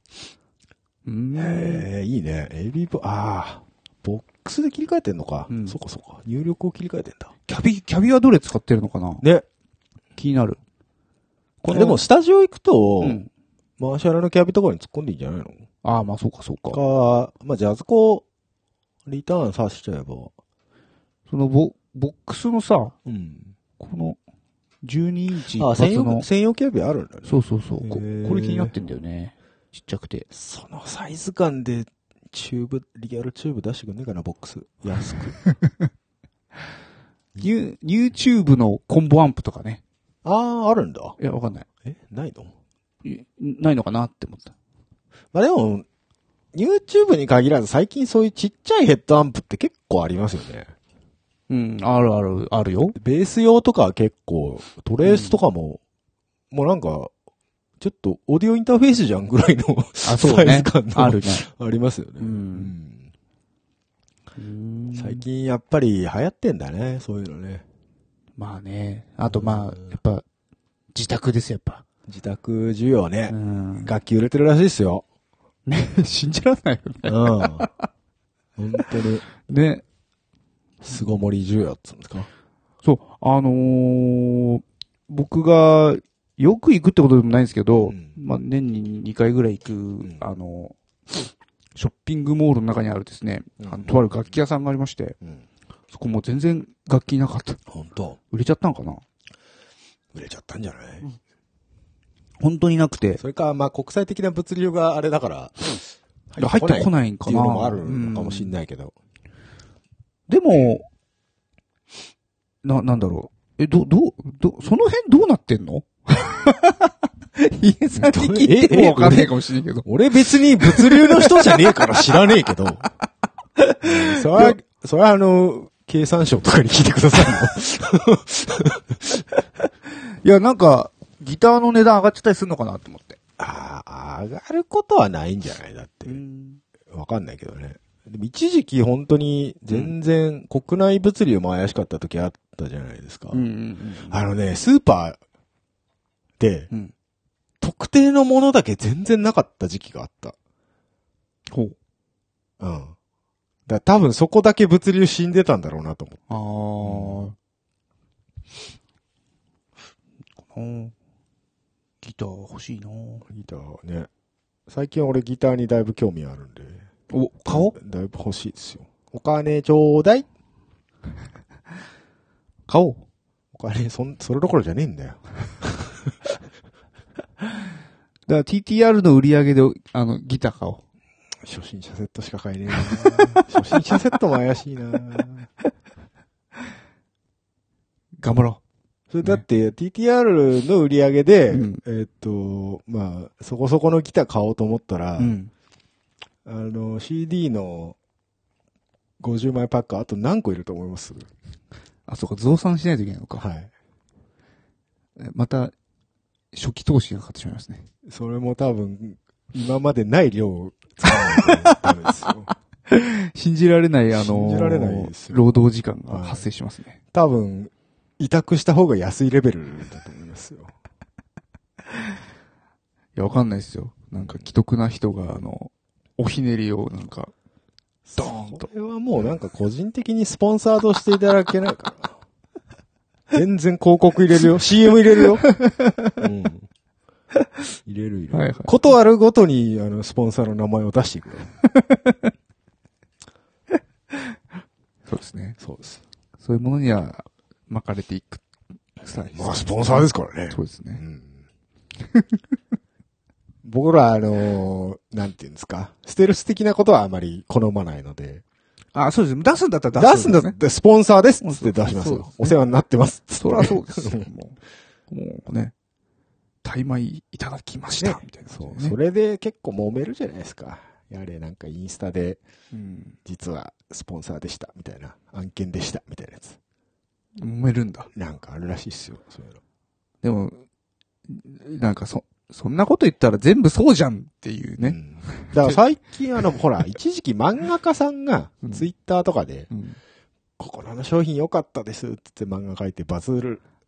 いね。ABY、ボックスで切り替えてんのか。そうか。入力を切り替えてんだ。 キャビはどれ使ってるのかなね。 気になる。 でも、スタジオ行くと、マーシャルのキャビとかに突っ込んでいいんじゃないの？ そうか。 ジャズコリターンさせちゃえば。 そのボックスのさ、この12インチ一発の専用キャビあるんだね。 そう。これ気になってんだよね。ちっちゃくて。 そのサイズ感でリアルチューブ出してくんねえかな、ボックス。安く。 YouTube のコンボアンプとかね。 あるんだ。 いや、わかんない。 ないの？ ないのかなって思った。 でも、YouTube に限らず最近そういうちっちゃいヘッドアンプって結構ありますよね。 あるよ。 ベース用とかは結構、トレースとかも、もうなんか、ちょっとオーディオインターフェースじゃんぐらいのサイズ感のあるね。 ありますよね。最近やっぱり流行ってんだね、そういうのね。 まあね。あとやっぱ、自宅ですよ、やっぱ。 自宅需要ね。楽器売れてるらしいですよ。 ね、信じられないよね。 本当に。 ね。 巣ごもり需要っつうんですか？ そう、僕がよく行くってことでもないんですけど、年に2回ぐらい行く、ショッピングモールの中にあるですね、とある楽器屋さんがありまして、そこも全然楽器なかった。 本当？ 売れちゃったのかな？ 売れちゃったんじゃない？ 本当になくて。 それか、国際的な物流があれだから、 入ってこないんかな。 っていうのもあるのかもしんないけど。 でも、なんだろう。その辺どうなってんの？家さんに聞いてもわかんないかもしれんけど。 俺別に物流の人じゃねえから知らねえけど。それは経産省とかに聞いてください。いや、なんか、ギターの値段上がっちゃったりするのかなと思って。 上がることはないんじゃない？だって。わかんないけどね。でも一時期本当に全然国内物流も怪しかった時あったじゃないですか。スーパーで、特定のものだけ全然なかった時期があった。だ多分そこだけ物流死んでたんだろうなと思って。 ギター欲しいな。 ギターね。最近俺ギターにだいぶ興味あるんで。 買おう？ だいぶ欲しいですよ。お金ちょうだい。 買おう。 お金、それどころじゃねえんだよ。 だから TTR の売り上げで、ギター買おう。 初心者セットしか買えねえな。初心者セットも怪しいな。 頑張ろう。 それだって、TTR の売り上げで、そこそこのギター買おうと思ったら、CD の50枚パックあと何個いると思います？ そうか、増産しないといけないのか。 はい。 また、初期投資がかかってしまいますね。 それも多分、今までない量を使わないとダメですよ。 信じられない、 信じられないですよ。 労働時間が発生しますね。 多分、委託した方が安いレベルだと思いますよ。 いや、わかんないですよ。なんか、既得な人が、おひねりをなんか、ドーンと。 それはもうなんか個人的にスポンサードしていただけないかな。全然広告入れるよ。CM 入れるよ。入れる。 はいはい。 ことあるごとに、スポンサーの名前を出していくよ。 そうですね。 そうです。 そういうものには巻かれていくスタイル。 スポンサーですからね。 そうですね。 僕らなんていうんですか。ステルス的なことはあまり好まないので。 そうです。出すんだったら出すんだってスポンサーですって出しますよ。お世話になってます。 そりゃそうですよ。もうね。大米いただきました。みたいな。 そう。それで結構揉めるじゃないですか。やれなんかインスタで、実はスポンサーでした。みたいな。案件でした。みたいなやつ。 揉めるんだ。 なんかあるらしいっすよ。そういうの。 でも、なんかそんなこと言ったら全部そうじゃんっていうね。 だから最近ほら、一時期漫画家さんがツイッターとかで、ここの商品良かったですって言って漫画描いてバズ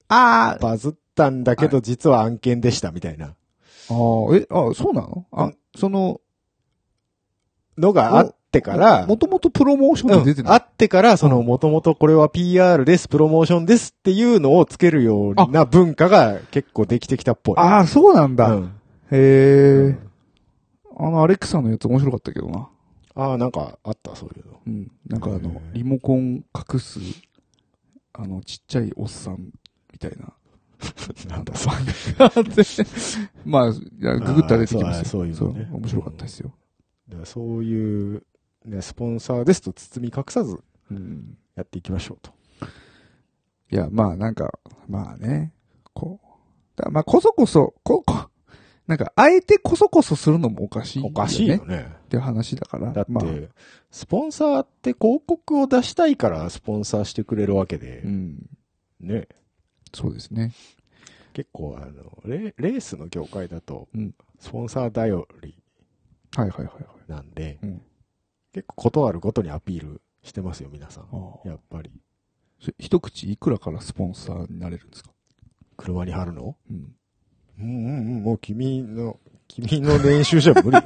ああ。 バズったんだけど、実は案件でしたみたいな。 そうなの？その、 のがあってから、 もともとプロモーションで出てない、 あってから、もともとこれは PR です、プロモーションですっていうのをつけるような文化が結構できてきたっぽい。 ああ、そうなんだ。へえ。アレクサのやつ面白かったけどな。 なんかあった、そういうの。 うん。なんかリモコン隠す、ちっちゃいおっさんみたいな。 なんだ、 まあ、ググったら出てきますよ。 そういうのね。 面白かったですよ。 そういう、ね、スポンサーですと包み隠さず、やっていきましょうと。 いや、まあなんか、まあね、こそこそ、なんか、あえてこそこそするのもおかしい、ね。 おかしいよね。 って話だから。 だって、スポンサーって広告を出したいからスポンサーしてくれるわけで、ね。 そうですね。 結構レースの業界だと、スポンサー頼りなんで、結構ことあるごとにアピールしてますよ、皆さん。やっぱり。 一口いくらからスポンサーになれるんですか？ 車に貼るの？もう君の練習じゃ無理よ。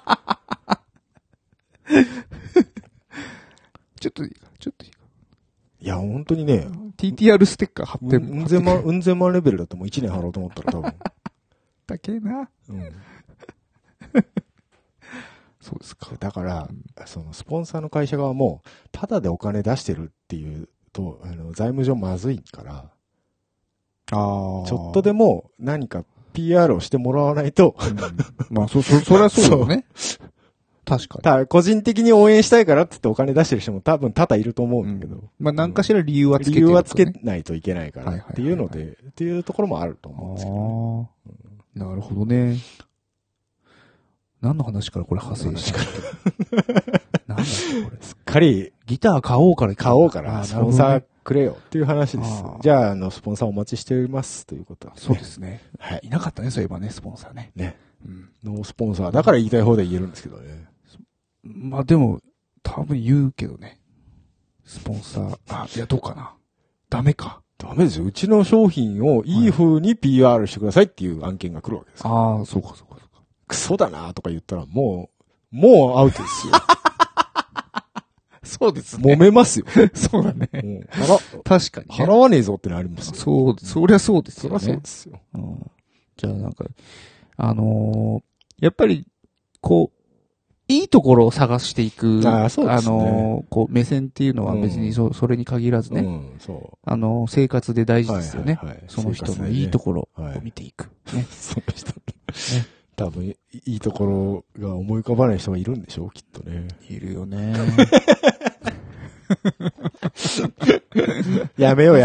ちょっといいか。 いや、本当にね。 TTR ステッカー貼ってうん千万レベルだともう1年貼ろうと思ったら多分。 だけな。そうですか。 だから、スポンサーの会社側も、ただでお金出してるっていうと、財務上まずいから、ちょっとでも何か PR をしてもらわないと、 まあ、そりゃそうよね。確かに。 個人的に応援したいからって言ってお金出してる人も多分多々いると思うんだけど。 まあ、何かしら理由はつけてる、 理由はつけないといけないからっていうので、っていうところもあると思うんですけど、 なるほどね。何の話からこれ派生したなんだっけこれ。 すっかり、 ギター買おうからスポンサーくれよっていう話です。じゃあ、スポンサーお待ちしておりますということは、 そうですね。 はい。 いなかったね、そういえばね、スポンサーね。 ね。ノースポンサー。だから言いたい方で言えるんですけどね。 まあでも、多分言うけどね。スポンサー、いや、どうかな。ダメか。 ダメですよ。うちの商品をいい風に PR してくださいっていう案件が来るわけです。 そうか。 クソだなとか言ったらもうアウトですよ。 そうですね。 揉めますよ。 そうだね。確かに、 払わねえぞってなりますよ。 そりゃそうですよね。 そりゃそうですよ。 じゃあなんか、やっぱり、いいところを探していく、 そうですね、 目線っていうのは別にそれに限らずね、生活で大事ですよね。その人のいいところを見ていく。ね。 その人ね。多分、いいところが思い浮かばない人がいるんでしょう、きっとね。 いるよね。 やめよう。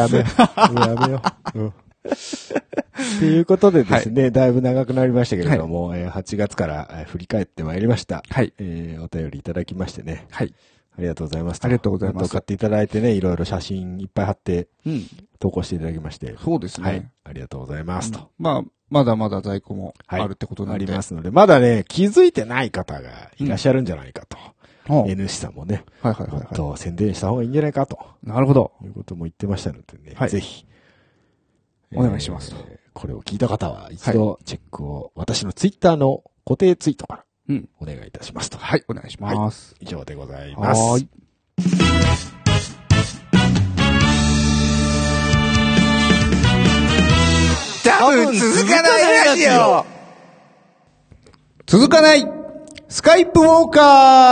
っていうことでですね、だいぶ長くなりましたけれども、8月から振り返ってまいりました。 はい。 お便りいただきましてね。 はい。 ありがとうございます。 ありがとうございます。 買っていただいてね、いろいろ写真いっぱい貼って、投稿していただきまして。 そうですね。はい。 ありがとうございますと。 まだまだ在庫もあるってことなんで、 ありますので、まだね、気づいてない方がいらっしゃるんじゃないかと。N 氏さんもね。と宣伝した方がいいんじゃないかと。 なるほど。 いうことも言ってましたのでね。ぜひ。 お願いします。 これを聞いた方は一度チェックを、私のツイッターの固定ツイートからお願いいたしますと。 はい、お願いします。 以上でございます。はい。 多分続かないラジオ。続かないスカイプウォーカ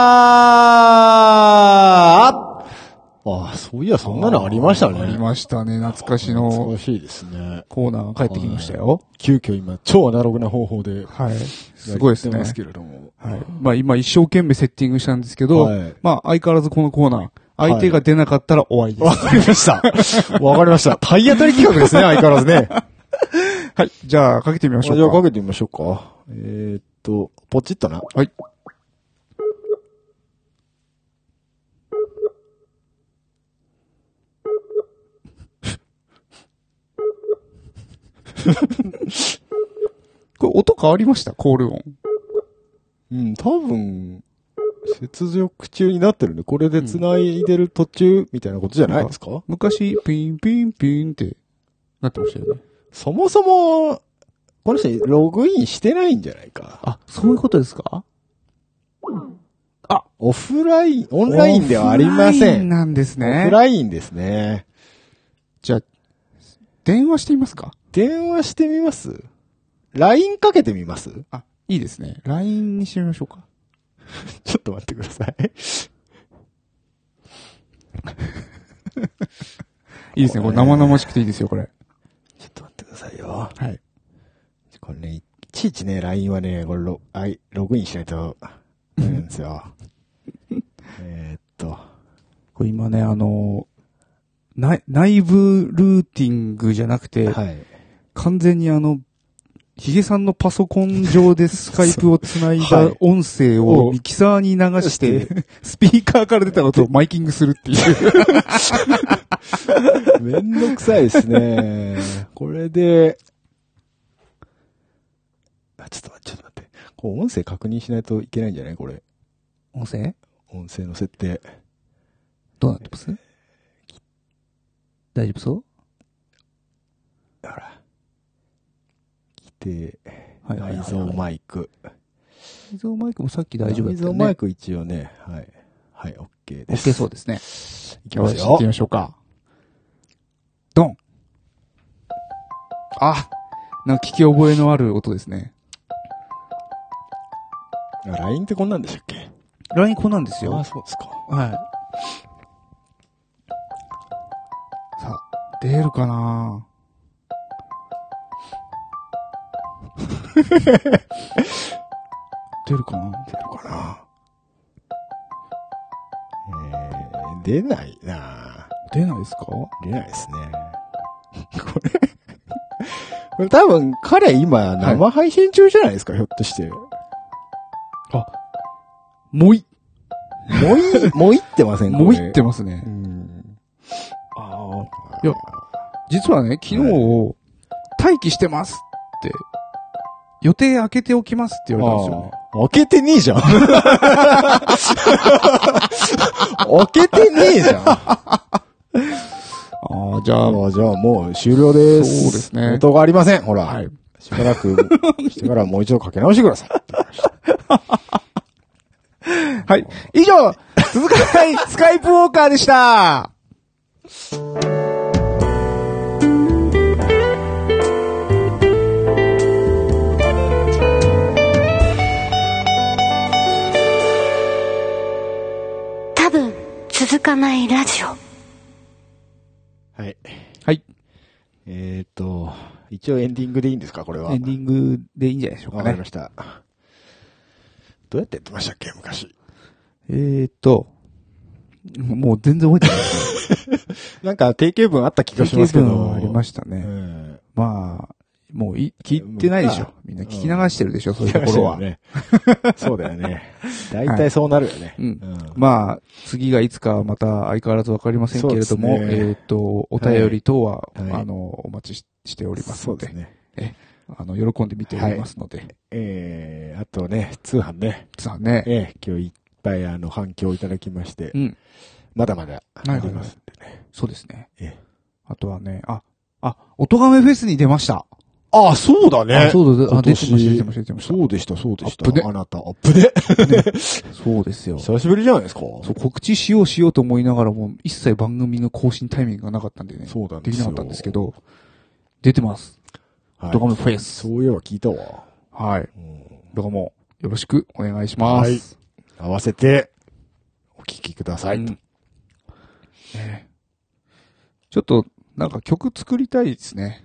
ー。 そういや、そんなのありましたね。 ありましたね。懐かしの。 懐かしいですね。 コーナーが帰ってきましたよ。 急遽今、超アナログな方法で。 はい。すごいですね。 ますけれども。 はい。今一生懸命セッティングしたんですけど、相変わらずこのコーナー、相手が出なかったら終わりです。 わかりました。わかりました。体当たり企画ですね、相変わらずね。 はい。じゃあ、かけてみましょうか。 じゃあ、かけてみましょうか。ポチッとな。 はい。これ音変わりました？コール音。 多分、接続中になってるんで、これで繋いでる途中みたいなことじゃないですか？ 昔、ピンピンピンってなってましたよね。 そもそも、この人ログインしてないんじゃないか。 あ、そういうことですか？ あ、オンラインではありません。オフラインなんですね。 オフラインですね。 じゃあ、電話してみますか？ 電話してみます？ LINE かけてみます？ あ、いいですね。LINE にしてみましょうか。 ちょっと待ってください。 いいですね。これ生々しくていいですよ、これ。 ちょっと待ってくださいよ。 はい。 これね、いちいちね、LINE はね、これログインしないと、なんですよ。 これ今ね、内部ルーティングじゃなくて、 はい、 完全にヒゲさんのパソコン上でスカイプをつないだ音声をミキサーに流して、スピーカーから出たのとマイキングするっていう。 めんどくさいですね。これで、ちょっと待って。こう音声確認しないといけないんじゃないこれ。 音声の設定。 どうなってます？大丈夫そう？ ほら。来て、 はい内蔵マイク。 内蔵マイクもさっき大丈夫だったよね。 内蔵マイク一応ね、はい。はい、OK です。 OK そうですね。 いきますよ。 行ってみましょうか。ドン。あ、なんか聞き覚えのある音ですね。 LINE ってこんなんでしたっけ？ LINE こんなんですよ。 あ、そうですか。 はい。さあ、出るかな出るかな出ないな出ないですか？ 出ないですね。これ多分彼今生配信中じゃないですか、ひょっとして。 あ、もいってません？ もいってますね。いや、実はね、昨日、待機してますって、予定開けておきますって言われたんですよね。 開けてねえじゃん。開けてねえじゃん。 じゃあもう終了です。 そうですね。 応答がありません。ほら。 はい。 しばらくしてからもう一度かけ直してください。 はい。以上、続かないスカイプウォーカーでした。 多分、続かないラジオ。 はい。 はい。 一応エンディングでいいんですかこれは。 エンディングでいいんじゃないでしょうかね。 わかりました。どうやってやってましたっけ昔。 もう全然覚えてないですね。なんか定型文あった気がしますけど。 定型文ありましたね。まあ、もう聞いてないでしょ。みんな聞き流してるでしょ、そういうところは。 ね、そうだよね。大体そうなるよね。 まあ、次がいつかまた相変わらずわかりませんけれども、お便り等は、お待ちしておりますので、喜んで見ておりますので。 あとね、通販ね。今日いっぱい反響いただきまして、まだまだありますんでね。 そうですね。あとはね、おとがめフェスに出ました。 あ、そうだね。 そうだ、出てました。 そうでした。 アップで。 あなた、アップで。 そうですよ。 久しぶりじゃないですか。 そう、告知しようと思いながらも、一切番組の更新タイミングがなかったんでね。 そうなんですよ。できなかったんですけど、出てます。おとがめフェス。 そういえば聞いたわ。 はい。どうも、よろしくお願いします。はい。 合わせて、お聞きください。 ちょっと、なんか曲作りたいですね。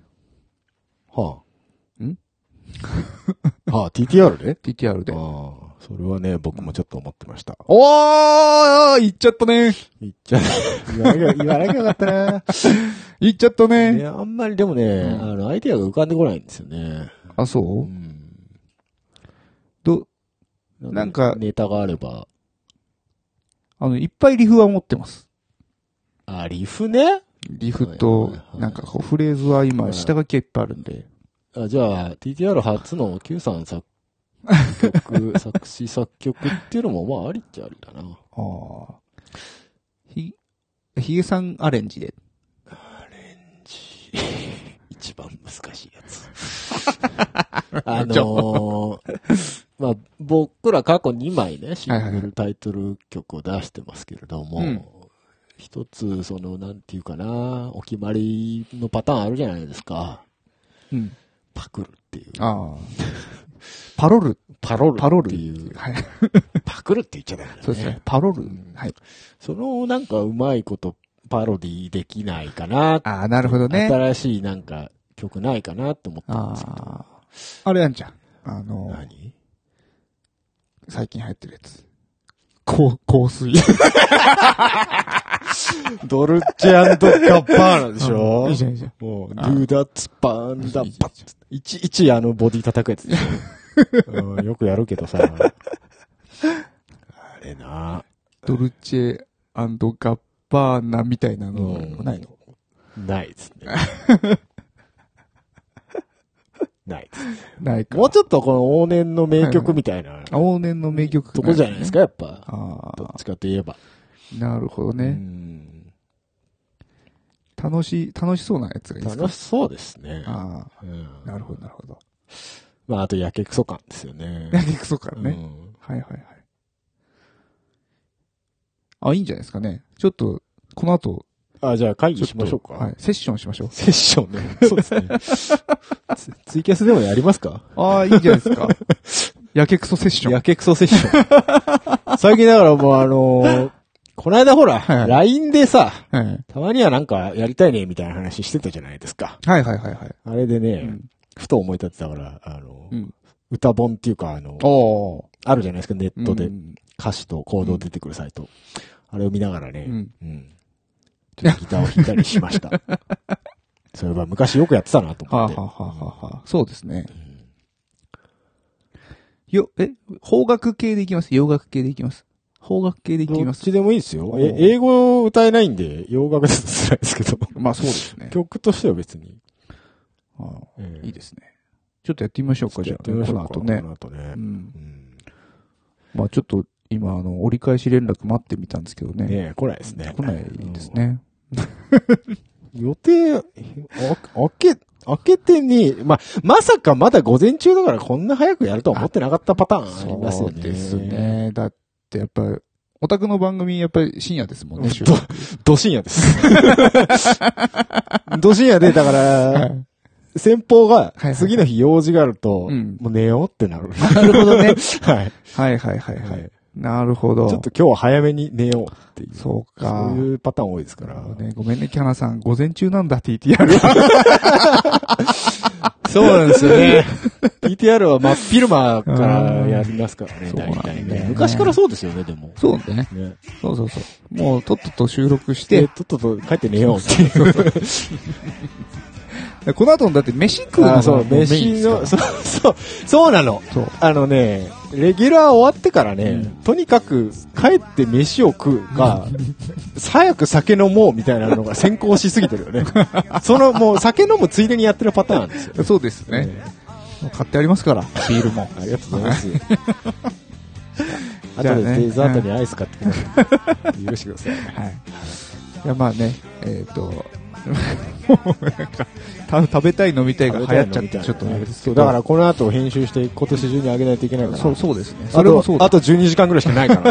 TTR で ?TTR で。 それはね、僕もちょっと思ってました。 言っちゃったね。 言わなきゃよかったな。 言っちゃったね。 あんまりでもね、アイディアが浮かんでこないんですよね。 あ、そうなんか、 ネタがあれば。 いっぱいリフは持ってます。 リフね。 リフと、なんかフレーズは今、下書きがいっぱいあるんで。 じゃあ、TTR 初の Q さん作詞作曲っていうのも、まあ、ありっちゃありだな。 ひげさんアレンジで。 アレンジ。 一番難しいやつ。まあ、僕ら過去2枚ね、シングルタイトル曲を出してますけれども、一つ、なんていうかな、お決まりのパターンあるじゃないですか。 うん。 パクるっていう。 ああ。パロルっていう。 はい。 パクるって言っちゃダメだね。 そうですね。パロル。はい。 なんかうまいことパロディできないかな。 ああ、なるほどね。 新しいなんか曲ないかなって思ったんですけど。 あれやんじゃん。 何？ 最近流行ってるやつ。香水。 ドルチェ&ガッバーナでしょ？ いいじゃん、いいじゃん。 もう、ドゥダッツパンダパッ。いちいちボディ叩くやつでしょ？よくやるけどさ。あれな。 ドルチェ&ガッバーナみたいなのないの？ ないですね。ないですね。 ないか。 もうちょっとこの往年の名曲みたいな。 往年の名曲とこじゃないですか、やっぱ。どっちかといえば。 なるほどね。楽しそうなやつがいいですか？ 楽しそうですね。 なるほど、なるほど。 まあ、あと、やけくそ感ですよね。 やけくそ感ね。はいはいはい。いいんじゃないですかね。ちょっと、この後。 じゃあ会議しましょうか。 はい。セッションしましょう。 セッションね。そうですね。ツイキャスでもやりますか？ いいんじゃないですか。やけくそセッション。 やけくそセッション。最近だからもうこの間ほら、LINE でさ、たまにはなんかやりたいねみたいな話してたじゃないですか。 はいはいはいはい。 あれでね、ふと思い立ってたから、歌本っていうかあるじゃないですか、ネットで歌詞とコード出てくるサイト。あれを見ながらね、ちょっとギターを弾いたりしました。そういえば昔よくやってたなと思って。 そうですね。邦楽系でいきます？洋楽系でいきます？邦楽系でいきます？ どっちでもいいですよ。英語歌えないんで、洋楽だと辛いですけど。 まあそうですね。 曲としては別に。 いいですね。ちょっとやってみましょうか、じゃあ。この後ね。 この後ね。 まあちょっと今、折り返し連絡待ってみたんですけどね。 来ないですね。 来ないですね。 予定、開けてに、まさかまだ午前中だからこんな早くやるとは思ってなかったパターンありますよね。 そうですね。だってやっぱり、オタクの番組やっぱり深夜ですもんね、 ど深夜です。ど深夜で、だから、先方が次の日用事があると、もう寝ようってなる。 なるほどね。 はい。 はいはいはいはい。なるほど。 ちょっと今日は早めに寝ようっていう。 そうか。 そういうパターン多いですから。 ごめんね、キャナさん。午前中なんだ、TTR は。そうなんですよね。TTR は真っ昼間からやりますからね、大体ね。昔からそうですよね、でも。 そうね。そうそうそう。もう、とっとと収録して。 とっとと帰って寝ようっていう。 この後だって飯食うのがそう、飯の、そうなの。レギュラー終わってからね、とにかく帰って飯を食うか、早く酒飲もうみたいなのが先行しすぎてるよね。もう酒飲むついでにやってるパターンですよ。 そうですね。買ってありますから、ビールも。 ありがとうございます。あとでデザートにアイス買ってきます。許してください。 はい。いや、まあね、もうなんか、食べたい飲みたいが流行っちゃって、ちょっとあれですけど。 だからこの後編集して今年中に上げないといけないから。 そうですね。 それもそうだ。あと12時間ぐらいしかないから。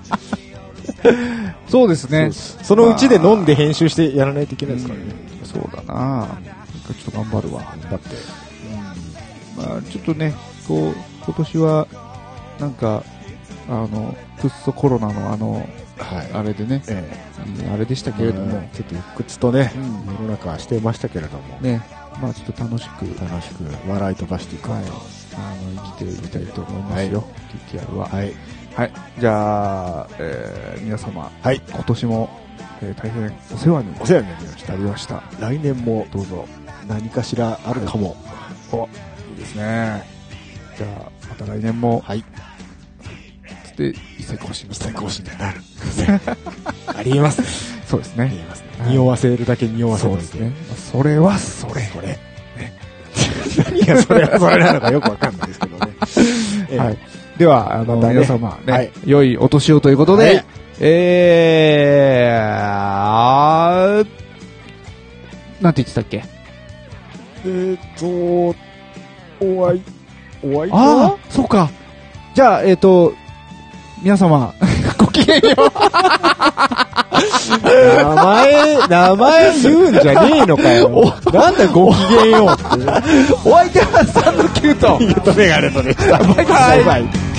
そうですね。 そのうちで飲んで編集してやらないといけないですからね。 そうだな。ちょっと頑張るわ。 だって。 まあちょっとね、今年は、なんか、フッ素コロナのあれでね、あれでしたけれども、 ちょっと鬱屈とね、世の中してましたけれども、 ね、まあちょっと楽しく笑い飛ばしていく、 生きていきたいと思いますよ、TTR は。 はい。 はい。じゃあ、皆様、 今年も、大変お世話になりました。 来年もどうぞ何かしらあるかも。 いいですね。じゃあ、また来年も、で一切更新になる。ありえますね。 そうですね。 匂わせるだけ匂わせる。そうですね。それはそれ。 何がそれはそれなのかよくわかんないですけどね。 はい。では、皆様ね、良いお年をということで、なんて言ってたっけ？ お相手は？ ああ、そうか。じゃあ、皆様、ごきげんよう。 名前言うんじゃねえのかよ。なんだごきげんようって。 お相手は3の9と。 メガネとでした。 バイバイ。